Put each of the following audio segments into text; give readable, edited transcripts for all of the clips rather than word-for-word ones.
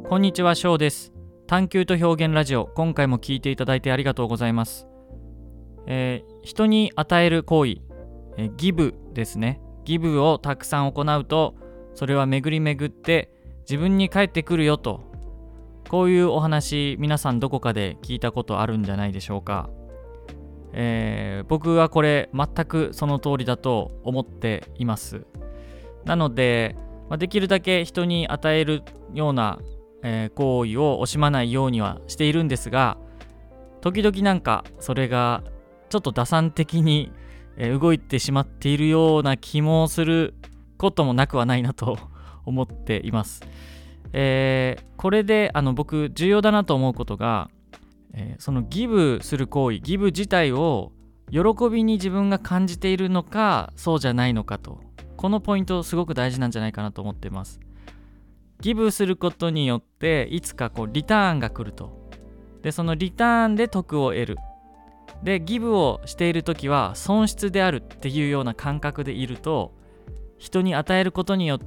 こんにちは、翔です。探求と表現ラジオ、今回も聞いていただいてありがとうございます。人に与える行為、ギブですね。ギブをたくさん行うと、それは巡り巡って自分に返ってくるよと、こういうお話、皆さんどこかで聞いたことあるんじゃないでしょうか。僕はこれ全くその通りだと思っています。なので、できるだけ人に与えるような、行為を惜しまないようにはしているんですが、時々なんかそれがちょっと打算的に、動いてしまっているような気もすることもなくはないなと思っています。これで僕重要だなと思うことが、そのギブする行為、ギブ自体を喜びに自分が感じているのかそうじゃないのかと、このポイントすごく大事なんじゃないかなと思っています。ギブすることによっていつかリターンが来ると。でそのリターンで得を得る。でギブをしているときは損失であるっていうような感覚でいると、人に与えることによって、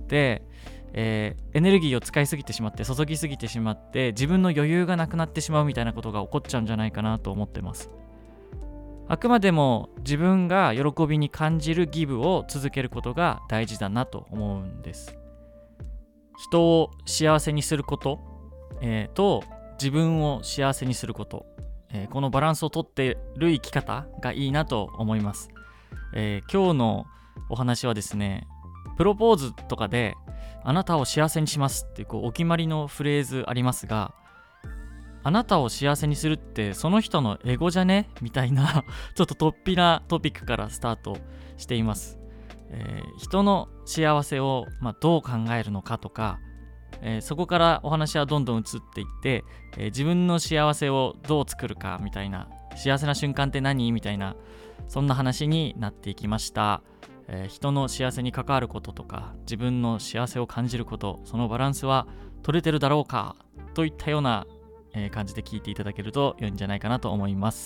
エネルギーを使いすぎてしまって、注ぎすぎてしまって、自分の余裕がなくなってしまうみたいなことが起こっちゃうんじゃないかなと思ってます。あくまでも自分が喜びに感じるギブを続けることが大事だなと思うんです。人を幸せにすること、と自分を幸せにすること、このバランスをとっている生き方がいいなと思います。今日のお話はですね、プロポーズとかであなたを幸せにしますってお決まりのフレーズありますが、あなたを幸せにするってその人のエゴじゃねみたいなちょっと突飛なトピックからスタートしています。人の幸せを、どう考えるのかとか、そこからお話はどんどん移っていって、自分の幸せをどう作るかみたいな、幸せな瞬間って何みたいな、そんな話になっていきました。人の幸せに関わることとか、自分の幸せを感じること、そのバランスは取れてるだろうかといったような、感じで聞いていただけると良いんじゃないかなと思います。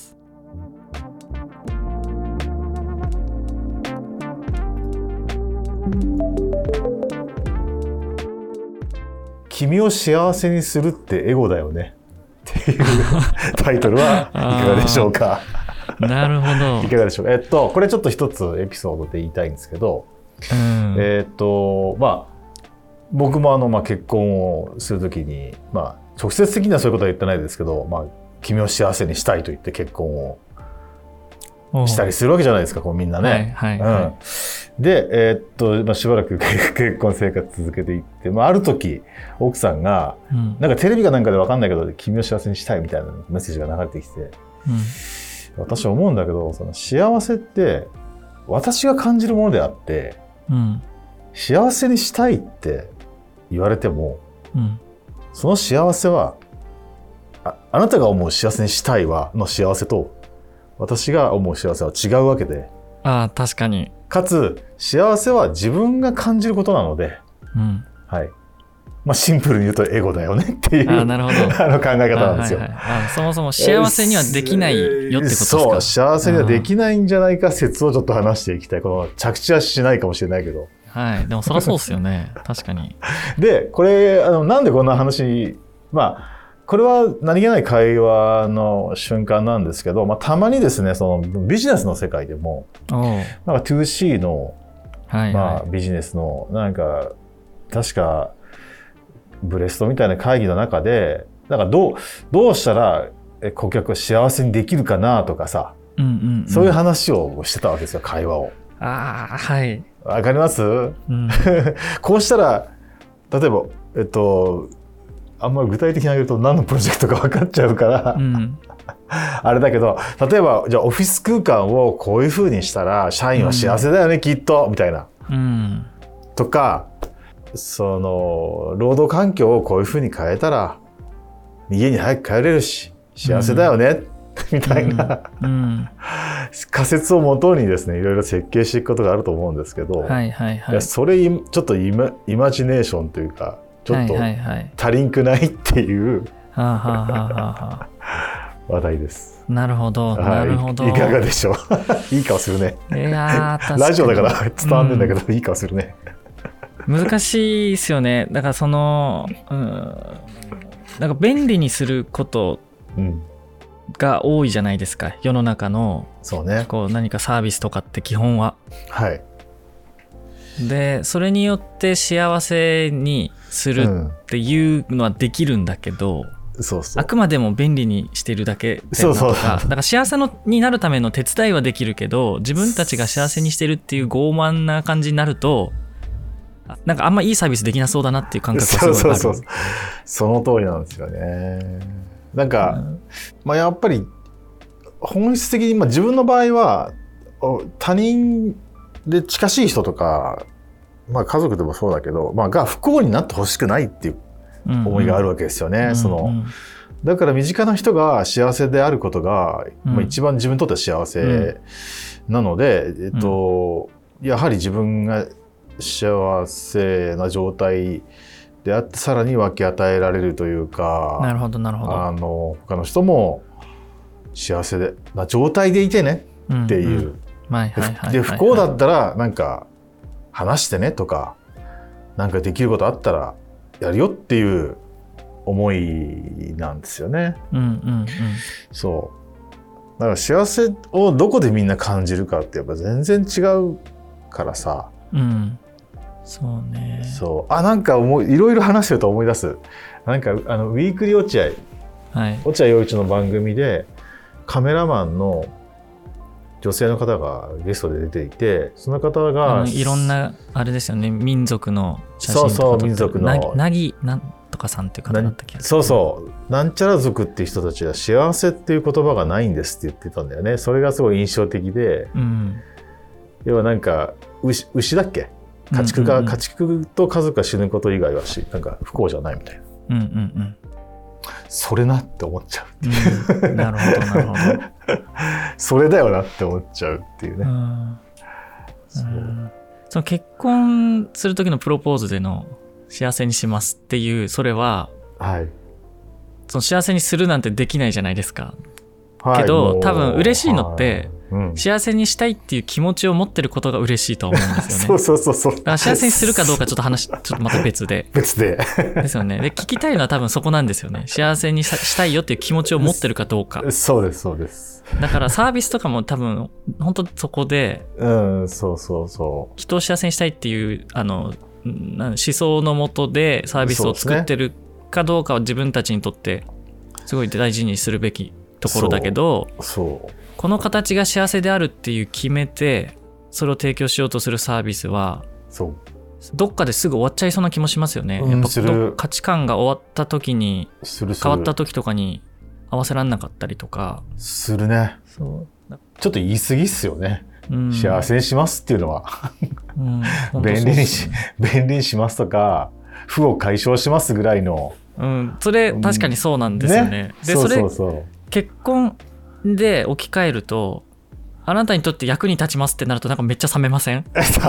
君を幸せにするってエゴだよねっていうタイトルはいかがでしょうか。 なるほど。 いかがでしょうか。これちょっと一つエピソードで言いたいんですけど、僕も結婚をするときに、直接的にはそういうことは言ってないですけど、君を幸せにしたいと言って結婚をしたりするわけじゃないですか、みんなね。で、しばらく結婚生活続けていって、ある時奥さんが、なんかテレビかなんかで分かんないけど、君を幸せにしたいみたいなメッセージが流れてきて、私は思うんだけど、その幸せって私が感じるものであって、幸せにしたいって言われても、その幸せは あなたが思う幸せにしたいの幸せと私が思う幸せは違うわけで、 確かに。 かつ幸せは自分が感じることなので、シンプルに言うとエゴだよねっていうなるほど考え方なんですよ。 そもそも幸せにはできないよってことですか。 そう、幸せにはできないんじゃないか説をちょっと話していきたい。この着地はしないかもしれないけど、 でもそりゃそうですよね確かに。 でこれなんでこんな話、これは何気ない会話の瞬間なんですけど、たまにですね、そのビジネスの世界でもなんか 2C の、ビジネスの確かブレストみたいな会議の中で、どうしたら顧客を幸せにできるかなとかさ、そういう話をしてたわけですよ、会話を。わかります？こうしたら、例えばあんまり具体的に挙げると何のプロジェクトか分かっちゃうから、あれだけど、例えばじゃあオフィス空間をこういう風にしたら社員は幸せだよね、きっとみたいな、とか、その労働環境をこういう風に変えたら家に早く帰れるし幸せだよね、みたいな、仮説をもとにですね、いろいろ設計していくことがあると思うんですけど、それちょっとイマジネーションというか、ちょっと足りんくないっていう話題です。 なるほど、なるほど。 いかがでしょう。いい顔するね。ラジオだから伝わんねえんだけど、いい顔するね。 難しいですよね。だからなんか便利にすることが多いじゃないですか、世の中の。 そうね。 こう何かサービスとかって基本は。 はい。 でそれによって幸せにするっていうのはできるんだけど、 そうそう、 あくまでも便利にしてるだけだとか、だから幸せになるための手伝いはできるけど、自分たちが幸せにしてるっていう傲慢な感じになると、なんかあんまいいサービスできなそうだなっていう感覚がすごいある。 そうその通りなんですよね。なんか、まあ、やっぱり本質的に、まあ、自分の場合は他人で近しい人とか、まあ、家族でもそうだけど、まあ、が不幸になってほしくないっていう思いがあるわけですよね。だから身近な人が幸せであることが、まあ、一番自分にとっては幸せなので、やはり自分が幸せな状態であってさらに分け与えられるというか、 なるほどなるほど、 他の人も幸せな状態でいてねっていう、で不幸だったらなんか話してねとか、なんかできることあったらやるよっていう思いなんですよね。そうだから幸せをどこでみんな感じるかってやっぱ全然違うからさ。 そうね。 そう、なんかいろいろ話してると思い出す。なんかウィークリー落合、落合陽一の番組でカメラマンの女性の方がゲストで出ていて、その方がいろんなあれですよね、民族の写真とか撮って、 民族のなぎなんとかさんっていう方だったっけ。 なんちゃら族っていう人たちは幸せっていう言葉がないんですって言ってたんだよね。それがすごい印象的で、要はなんか牛だっけ、家畜と家族が死ぬこと以外はなんか不幸じゃないみたいな、それなって思っちゃう、 なるほどなるほどそれだよなって思っちゃうっていうね。 その結婚する時のプロポーズでの幸せにしますっていう、それは、その幸せにするなんてできないじゃないですか、けど多分嬉しいのって、幸せにしたいっていう気持ちを持ってることが嬉しいと思うんですよね。だから幸せにするかどうかちょっとまた別でですよね。で聞きたいのは多分そこなんですよね。幸せにしたいよっていう気持ちを持ってるかどうか。 そうです。 だからサービスとかも多分本当そこで、人を幸せにしたいっていう思想のもとでサービスを作ってるかどうかは自分たちにとってすごい大事にするべきところだけど、この形が幸せであるっていう決めてそれを提供しようとするサービスはどっかですぐ終わっちゃいそうな気もしますよね。やっぱ価値観が終わった時に変わった時とかに合わせらんなかったりとかするね。ちょっと言い過ぎっすよね、幸せにしますっていうのは便利にしますとか負を解消しますぐらいの、 それ確かにそうなんですよね。でそれ結婚で置き換えると、あなたにとって役に立ちますってなるとなんかめっちゃ冷めません？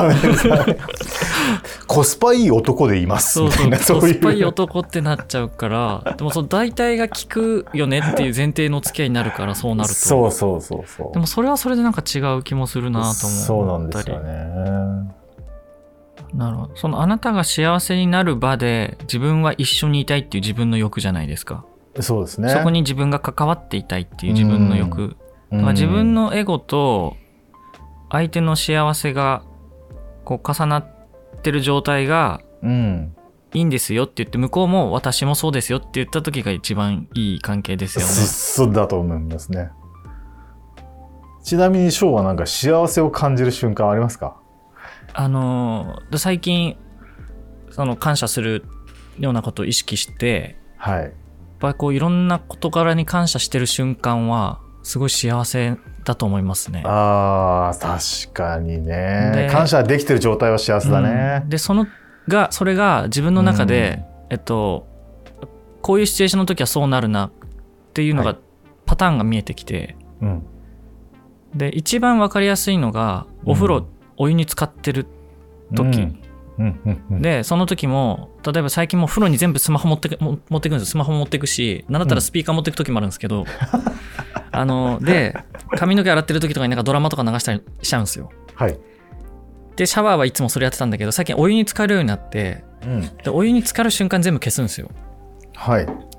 コスパいい男でいますみたいな、 コスパいい男ってなっちゃうから、でもその大体が効くよねっていう前提の付き合いになるから、そうなるとでもそれはそれでなんか違う気もするなと思ったり。 そうなんですよね。 なるほど。そのあなたが幸せになる場で自分は一緒にいたいっていう自分の欲じゃないですか。 そうですね。 そこに自分が関わっていたいっていう自分の欲、自分のエゴと相手の幸せがこう重なってる状態がいいんですよって言って、向こうも私もそうですよって言った時が一番いい関係ですよね。 そうだと思いますね。ちなみに翔はなんか幸せを感じる瞬間ありますか？ 最近その感謝するようなことを意識して、やっぱりこういろんな事柄に感謝してる瞬間はすごい幸せだと思いますね。 確かにね。感謝できてる状態は幸せだね。 でそれが自分の中で、こういうシチュエーションの時はそうなるなっていうのが、パターンが見えてきて、で一番分かりやすいのがお風呂、お湯に浸かってる時、でその時も例えば最近もう風呂に全部スマホ持ってくんですよ。スマホ持ってくし、なんだったらスピーカー持ってく時もあるんですけどで髪の毛洗ってる時とかになんかドラマとか流したりしちゃうんですよ。でシャワーはいつもそれやってたんだけど、最近お湯に浸かるようになって、でお湯に浸かる瞬間全部消すんですよ。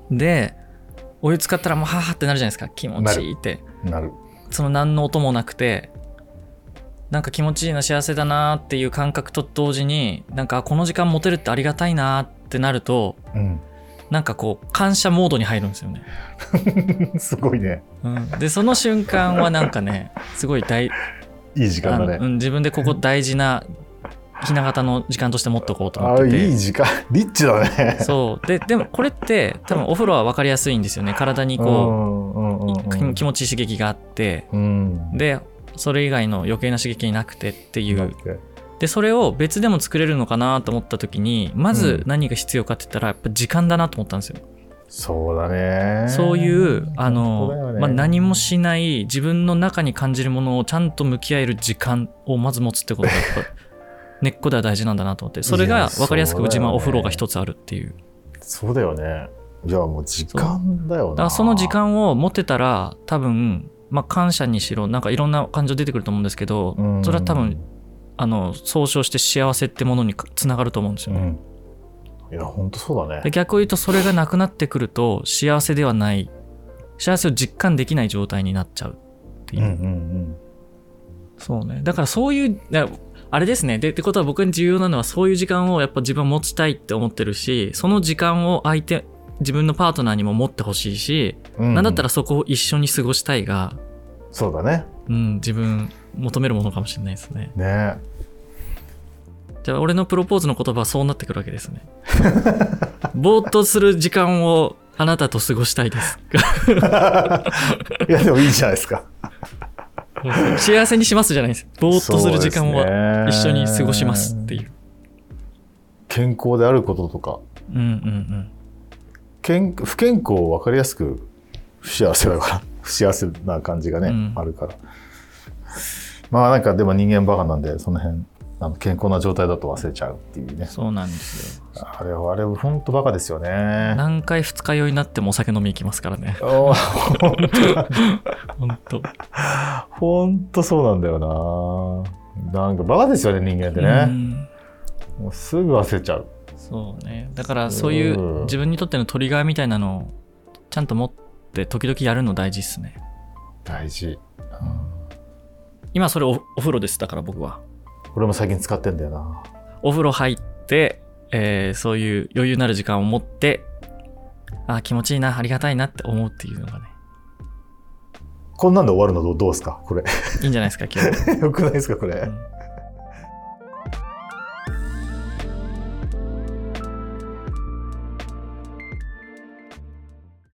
でお湯使ったらもうはーってなるじゃないですか。気持ちいいってなる。 その何の音もなくてなんか気持ちいいな幸せだなっていう感覚と同時になんかこの時間持てるってありがたいなってなると、うん、なんかこう感謝モードに入るんですよねすごいね、 うん、でその瞬間はなんかねすごいいい時間だね、 うん、自分でここ大事なひな形の時間として持っておこうと思ってて。 いい時間リッチだね。 そうでもこれって多分お風呂は分かりやすいんですよね。体にこう気持ちいい刺激があって、うん、でそれ以外の余計な刺激なくてっていうでそれを別でも作れるのかなと思った時にまず何が必要かって言ったらやっぱ時間だなと思ったんですよ。 そうだね。 そういう何もしない自分の中に感じるものをちゃんと向き合える時間をまず持つってことがやっぱ根っこでは大事なんだなと思って、それが分かりやすくうちはお風呂が一つあるっていう。 そうだよね。いやもう時間だよな。 だからその時間を持ってたら多分、感謝にしろなんかいろんな感情出てくると思うんですけど、それは多分総称して幸せってものにつながると思うんですよね、 いや本当そうだね。 で逆を言うとそれがなくなってくると幸せではない幸せを実感できない状態になっちゃうっていう、そうね。だからそういうあれですね。でってことは僕に重要なのはそういう時間をやっぱ自分は持ちたいって思ってるし、その時間を自分のパートナーにも持ってほしいし、なんだったらそこを一緒に過ごしたいが、 そうだね。 自分求めるものかもしれないですね。 ね。 じゃあ俺のプロポーズの言葉はそうなってくるわけですね。ぼーっとする時間をあなたと過ごしたいです。 いやでもいいじゃないですか。 幸せにしますじゃないです。ぼーっとする時間は一緒に過ごしますっていう。 健康であることとか、不健康を分かりやすく不幸せだから不幸せな感じがね、あるから。なんかでも人間バカなんでその辺健康な状態だと忘れちゃうっていうね。 そうなんですよ。 あれ本当バカですよね。 何回二日酔いになってもお酒飲み行きますからね。 本当そうなんだよな。なんかバカですよね人間ってね。もうすぐ忘れちゃう。 そうね。だからそういう自分にとってのトリガーみたいなのをちゃんと持って時々やるの大事っすね。 大事。 今それ お風呂です。だから僕は。 俺も最近使ってんだよな。 お風呂入って、そういう余裕のある時間を持って気持ちいいなありがたいなって思うっていうのがね。 こんなんで終わるのどうですかこれ。 いいんじゃないですか今日。 よくないですかこれ。